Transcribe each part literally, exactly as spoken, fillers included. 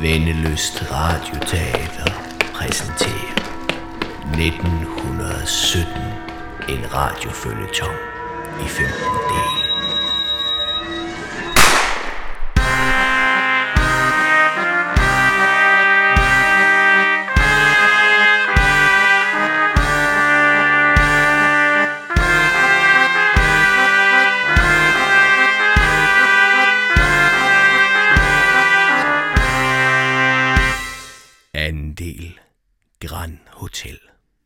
Vennelyst Radioteater præsenterer nitten sytten en radioføljeton i femten dele. Anden del. Grand Hotel.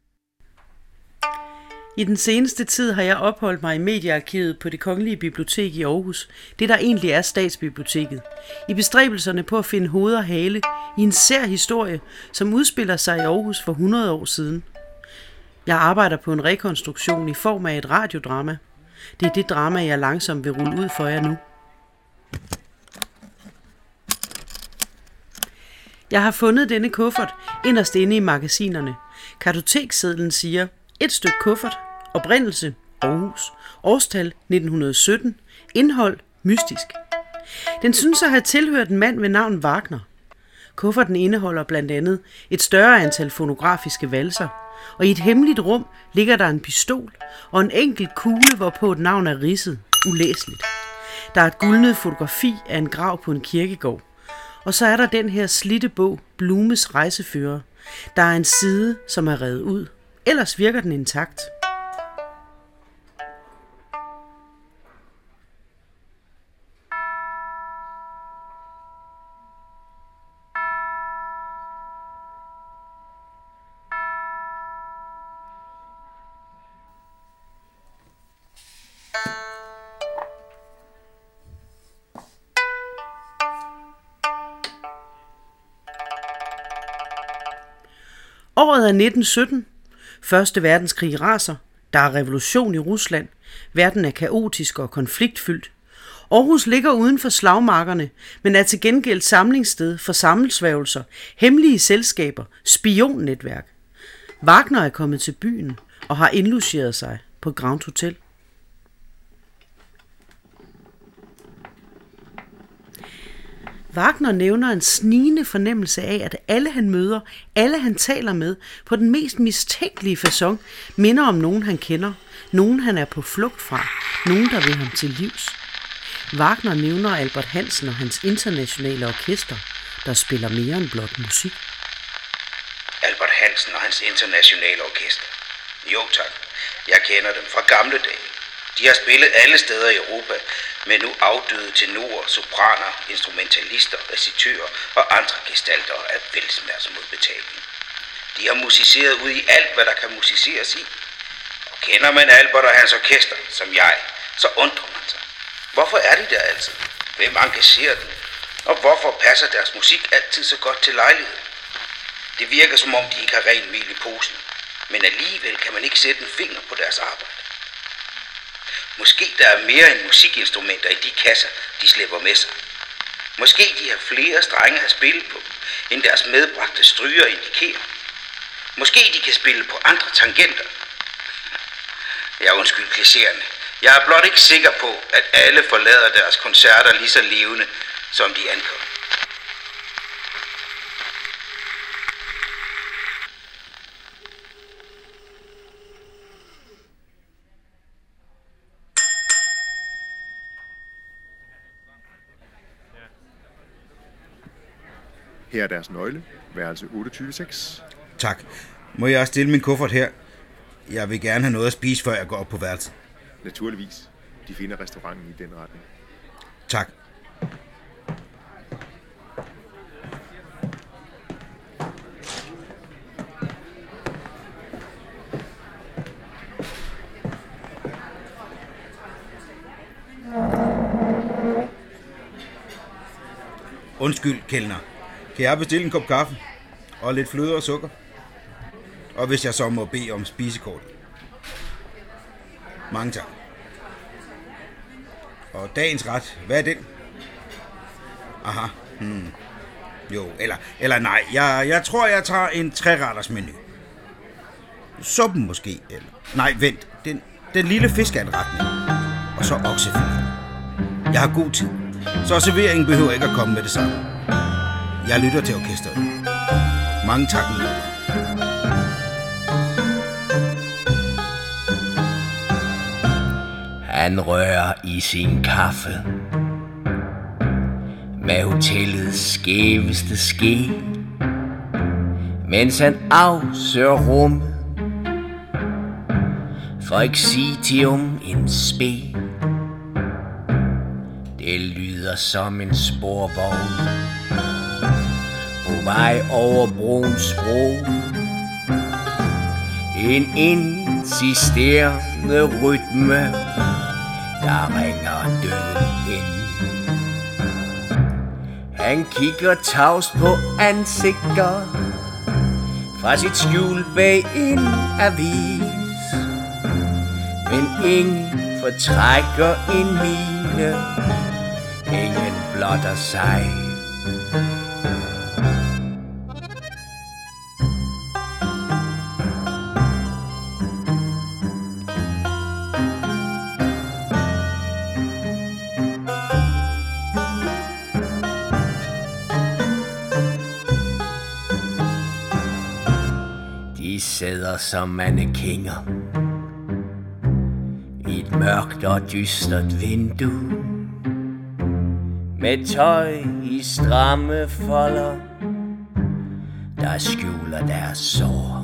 I den seneste tid har jeg opholdt mig i mediearkivet på Det Kongelige Bibliotek i Aarhus, det der egentlig er Statsbiblioteket, i bestræbelserne på at finde hoved og hale i en sær historie, som udspiller sig i Aarhus for hundrede år siden. Jeg arbejder på en rekonstruktion i form af et radiodrama. Det er det drama, jeg langsomt vil rulle ud for jer nu. Jeg har fundet denne kuffert inderst inde i magasinerne. Kartoteksedlen siger et stykke kuffert, oprindelse Aarhus, årstal nitten sytten, indhold mystisk. Den synes at have tilhørt en mand ved navn Wagner. Kufferten indeholder blandt andet et større antal fonografiske valser, og i et hemmeligt rum ligger der en pistol og en enkelt kugle, hvorpå et navn er ridset, ulæseligt. Der er et guldnet fotografi af en grav på en kirkegård. Og så er der den her slidte bog, Blumes rejsefører. Der er en side, som er revet ud. Ellers virker den intakt. Året er nitten sytten. Første verdenskrig raser. Der er revolution i Rusland. Verden er kaotisk og konfliktfyldt. Aarhus ligger uden for slagmarkerne, men er til gengæld samlingssted for sammensværgelser, hemmelige selskaber, spionnetværk. Wagner er kommet til byen og har indlogeret sig på Grand Hotel. Wagner nævner en snigende fornemmelse af, at alle han møder, alle han taler med, på den mest mistænkelige facon, minder om nogen han kender, nogen han er på flugt fra, nogen der vil ham til livs. Wagner nævner Albert Hansen og hans internationale orkester, der spiller mere end blot musik. Albert Hansen og hans internationale orkester. Jo tak, jeg kender dem fra gamle dage. De har spillet alle steder i Europa, med nu afdøde tenorer, sopraner, instrumentalister, recitører og andre gestalter af velsmærds mod betaling. De har musiceret ud i alt, hvad der kan musiceres i. Og kender man Albert og hans orkester, som jeg, så undrer man sig. Hvorfor er de der altid? Hvem engagerer dem? Og hvorfor passer deres musik altid så godt til lejligheden? Det virker som om, de ikke har ren mel i posen, men alligevel kan man ikke sætte en finger på deres arbejde. Måske der er mere end musikinstrumenter i de kasser, de slæber med sig. Måske de har flere strenge at spille på, end deres medbragte stryger indikerer. Måske de kan spille på andre tangenter. Jeg undskyld klichéerne. Jeg er blot ikke sikker på, at alle forlader deres koncerter lige så levende, som de ankom. Her er deres nøgle, værelse otteogtyve seks. Tak. Må jeg stille min kuffert her? Jeg vil gerne have noget at spise, før jeg går op på værelset. Naturligvis. De finder restauranten i den retning. Tak. Undskyld, kelner. Kan jeg bestille en kop kaffe? Og lidt fløde og sukker? Og hvis jeg så må bede om spisekort. Mange tak. Og dagens ret, hvad er den? Aha. Hmm. Jo, eller, eller nej. Jeg, jeg tror, jeg tager en tre-retters menu. Suppen måske, eller... Nej, vent. Den, den lille fiskeanretning. Og så oksefilet. Jeg har god tid. Så serveringen behøver ikke at komme med det samme. Jeg lytter til orkestret. Mange tak, New York. Han rører i sin kaffe med hotellets skæveste ske, mens han afsøger rummet for Exitium in spe. Det lyder som en sporvogn på vej over broens bro. En insisterende rytme, der ringer døden ind. Han kigger tavst på ansigter fra sit skjul bag en avis, men ingen fortrækker en mine, ingen blotter sig. De sidder som mannekinger i et mørkt og dystert vindue, med tøj i stramme folder, der skjuler deres sår.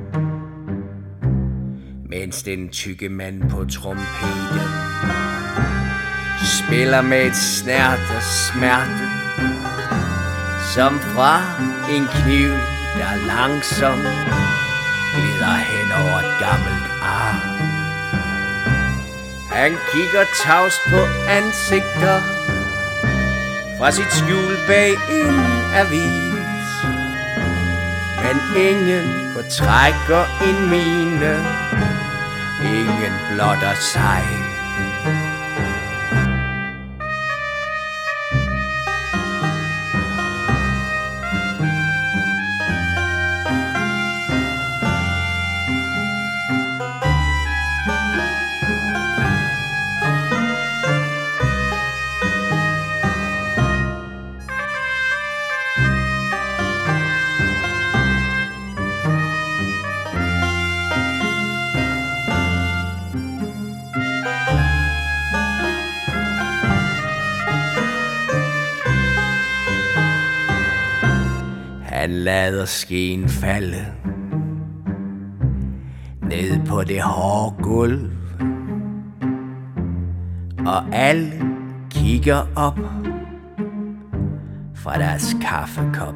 Mens den tykke mand på trompeten spiller med et snært af smerte, som fra en kniv, der langsomt glider hen over et gammelt ar. Han kigger tavst på ansigter fra sit skjul bag en avis, men ingen fortrækker en mine, ingen blotter sig. Han lader skeen falde ned på det hårde gulv, og alle kigger op fra deres kaffekop,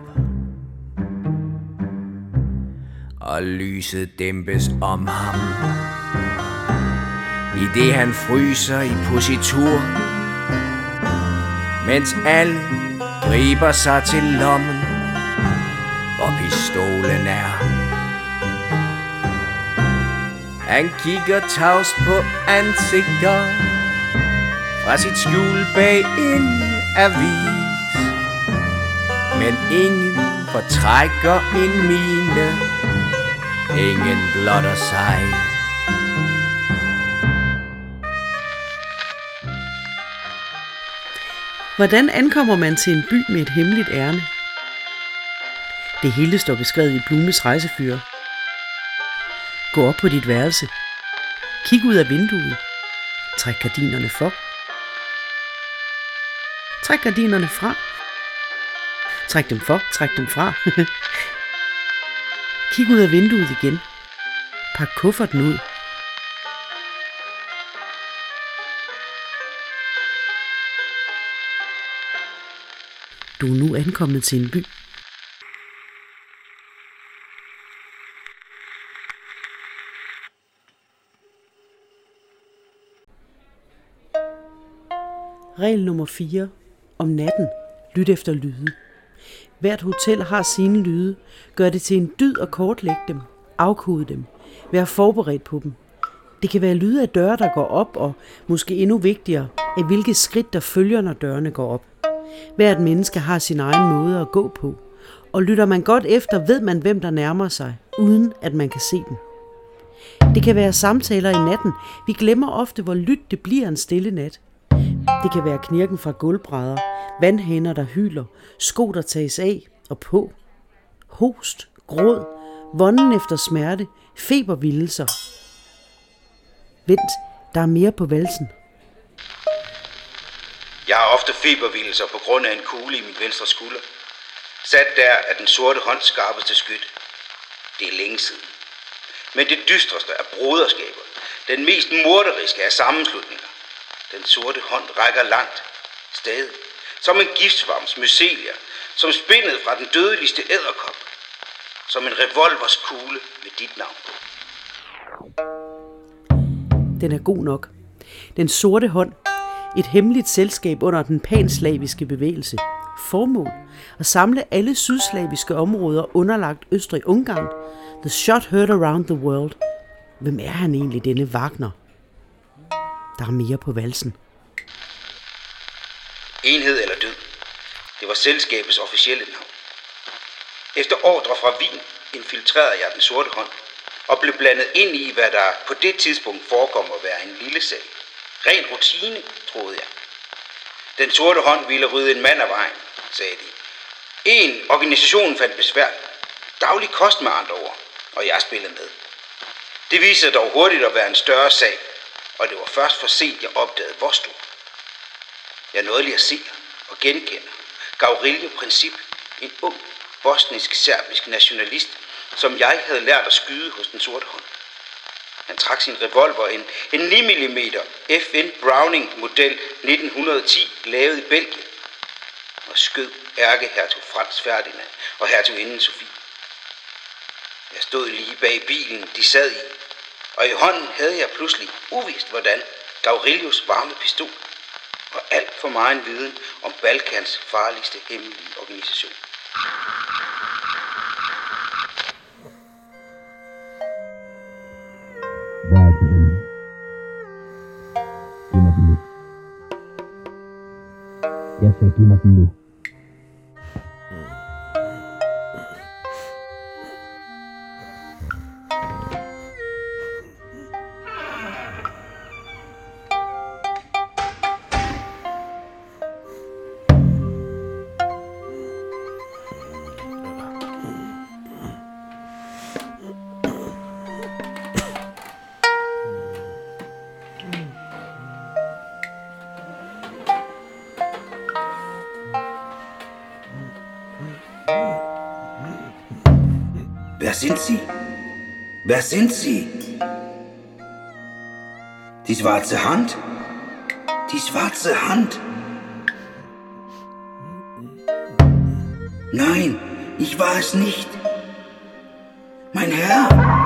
og lyset dæmpes om ham, i det han fryser i positur, mens alle griber sig til lommen, hvor pistolen er. Han kigger tavst på ansigter fra sit skjul bag en avis, men ingen fortrækker en mine, ingen blotter sig. Hvordan ankommer man til en by med et hemmeligt ærne? Det hele står beskrevet i Blumes rejsefyr. Gå op på dit værelse. Kig ud af vinduet. Træk gardinerne for. Træk gardinerne fra. Træk dem for, træk dem fra. Kig ud af vinduet igen. Pak kufferten ud. Du er nu ankommet til en by. Regel nummer fire. Om natten. Lyt efter lyde. Hvert hotel har sine lyde. Gør det til en dyd at kortlægge dem. Afkode dem. Vær forberedt på dem. Det kan være lyde af døre, der går op, og måske endnu vigtigere, af hvilke skridt der følger, når dørene går op. Hvert menneske har sin egen måde at gå på, og lytter man godt efter, ved man, hvem der nærmer sig, uden at man kan se dem. Det kan være samtaler i natten. Vi glemmer ofte, hvor lyt det bliver en stille nat. Det kan være knirken fra gulvbrædder, vandhaner, der hyler, sko, der tages af og på, host, gråd, vonden efter smerte, febervildelser. Vent, der er mere på valsen. Jeg har ofte febervildelser på grund af en kugle i min venstre skulder. Sat der er den sorte hånd skarpeste skyt. Det er længe siden. Men det dystreste er broderskaber. Den mest morderiske af sammenslutninger. Den sorte hånd rækker langt. Stadig. Som en giftsvarms mycelier. Som spindet fra den dødeligste edderkop. Som en revolvers kugle med dit navn på. Den er god nok. Den sorte hånd. Et hemmeligt selskab under den panslaviske bevægelse. Formål. At samle alle sydslaviske områder underlagt Østrig-Ungarn. The shot heard around the world. Hvem er han egentlig, denne Wagner? Der er mere på valsen. Enhed eller død. Det var selskabets officielle navn. Efter ordre fra Wien infiltrerede jeg den sorte hånd og blev blandet ind i, hvad der på det tidspunkt forekom at være en lille sag. Ren rutine, troede jeg. Den sorte hånd ville rydde en mand af vejen, sagde de. En organisation fandt besvær. Daglig kost med andre ord, og jeg spillede med. Det viste sig dog hurtigt at være en større sag, og det var først for sent, jeg opdagede, hvor stor. Jeg nåede lige at se og genkende Gavrilo Princip, en ung, bosnisk-serbisk nationalist, som jeg havde lært at skyde hos den sorte hånd. Han trak sin revolver, en, en ni millimeter F N Browning model nitten ti, lavet i Belgien, og skød ærkehertug Frans Ferdinand og hertuginden Sofie. Jeg stod lige bag bilen, de sad i, og i hånden havde jeg pludselig uvist hvordan Gavrilos varme pistol og alt for meget en viden om Balkans farligste hemmelige organisation. Hvor er den henne? Giv mig den nu. Jeg sagde, giv mig den nu. Wer sind Sie? Wer sind Sie? Die schwarze Hand? Die schwarze Hand? Nein, ich war es nicht. Mein Herr!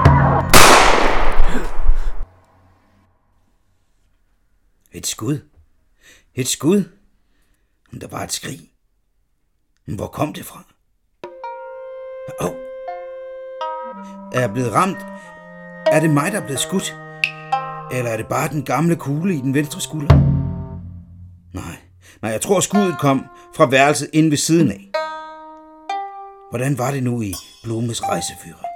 Et skud. Et skud. Der var et skrig. Men hvor kom det fra? Åh! Oh. Er jeg blevet ramt? Er det mig, der er blevet skudt? Eller er det bare den gamle kugle i den venstre skulder? Nej, nej, jeg tror skuddet kom fra værelset inde ved siden af. Hvordan var det nu i Blumes rejsefører?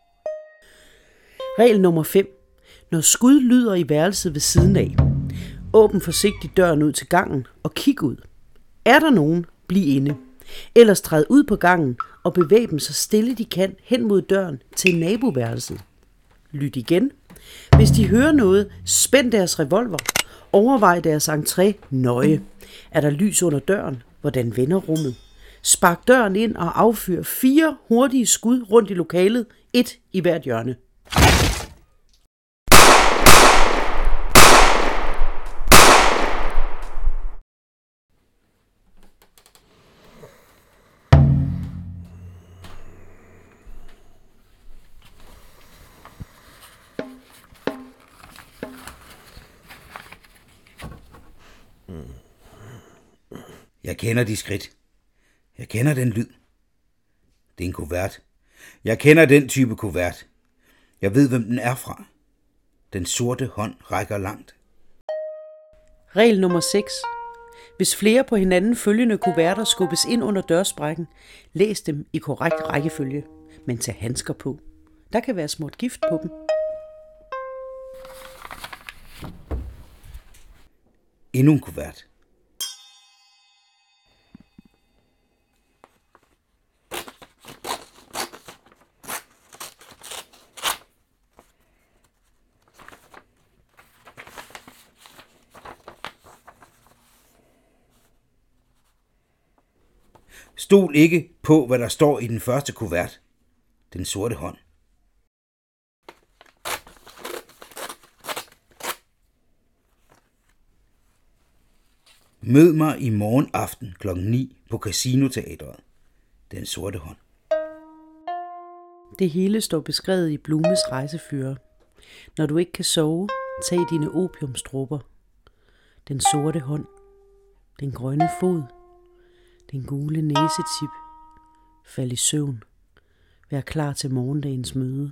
Regel nummer fem. Når skud lyder i værelset ved siden af, åbn forsigtigt døren ud til gangen og kig ud. Er der nogen, bliv inde. Ellers træd ud på gangen og bevæg dem så stille de kan hen mod døren til naboværelset. Lyt igen. Hvis de hører noget, spænd deres revolver. Overvej deres entré nøje. Er der lys under døren? Hvordan vender rummet? Spark døren ind og affyr fire hurtige skud rundt i lokalet, et i hvert hjørne. Jeg kender de skridt. Jeg kender den lyd. Det er en kuvert. Jeg kender den type kuvert. Jeg ved, hvem den er fra. Den sorte hånd rækker langt. Regel nummer seks. Hvis flere på hinanden følgende kuverter skubbes ind under dørsprækken, læs dem i korrekt rækkefølge, men tag handsker på. Der kan være småt gift på dem. Endnu en kuvert. Stol ikke på, hvad der står i den første kuvert. Den sorte hånd. Mød mig i morgen aften klokken ni på Casinoteatret. Den sorte hånd. Det hele står beskrevet i Blumes rejsefører. Når du ikke kan sove, tag dine opiumsdråber. Den sorte hånd. Den grønne fod. Den gule næsetip. Fald i søvn. Vær klar til morgendagens møde.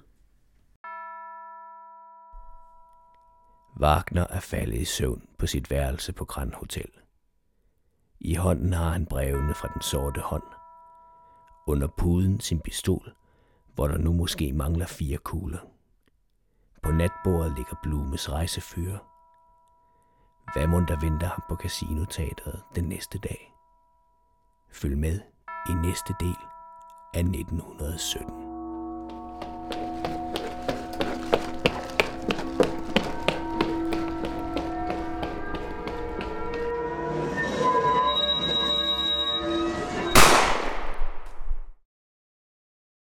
Wagner er faldet i søvn på sit værelse på Grand Hotel. I hånden har han brevene fra den sorte hånd. Under puden sin pistol, hvor der nu måske mangler fire kugler. På natbordet ligger Blumes rejsefører. Hvad mon der venter ham på Casinoteatret den næste dag? Følg med i næste del af nitten sytten.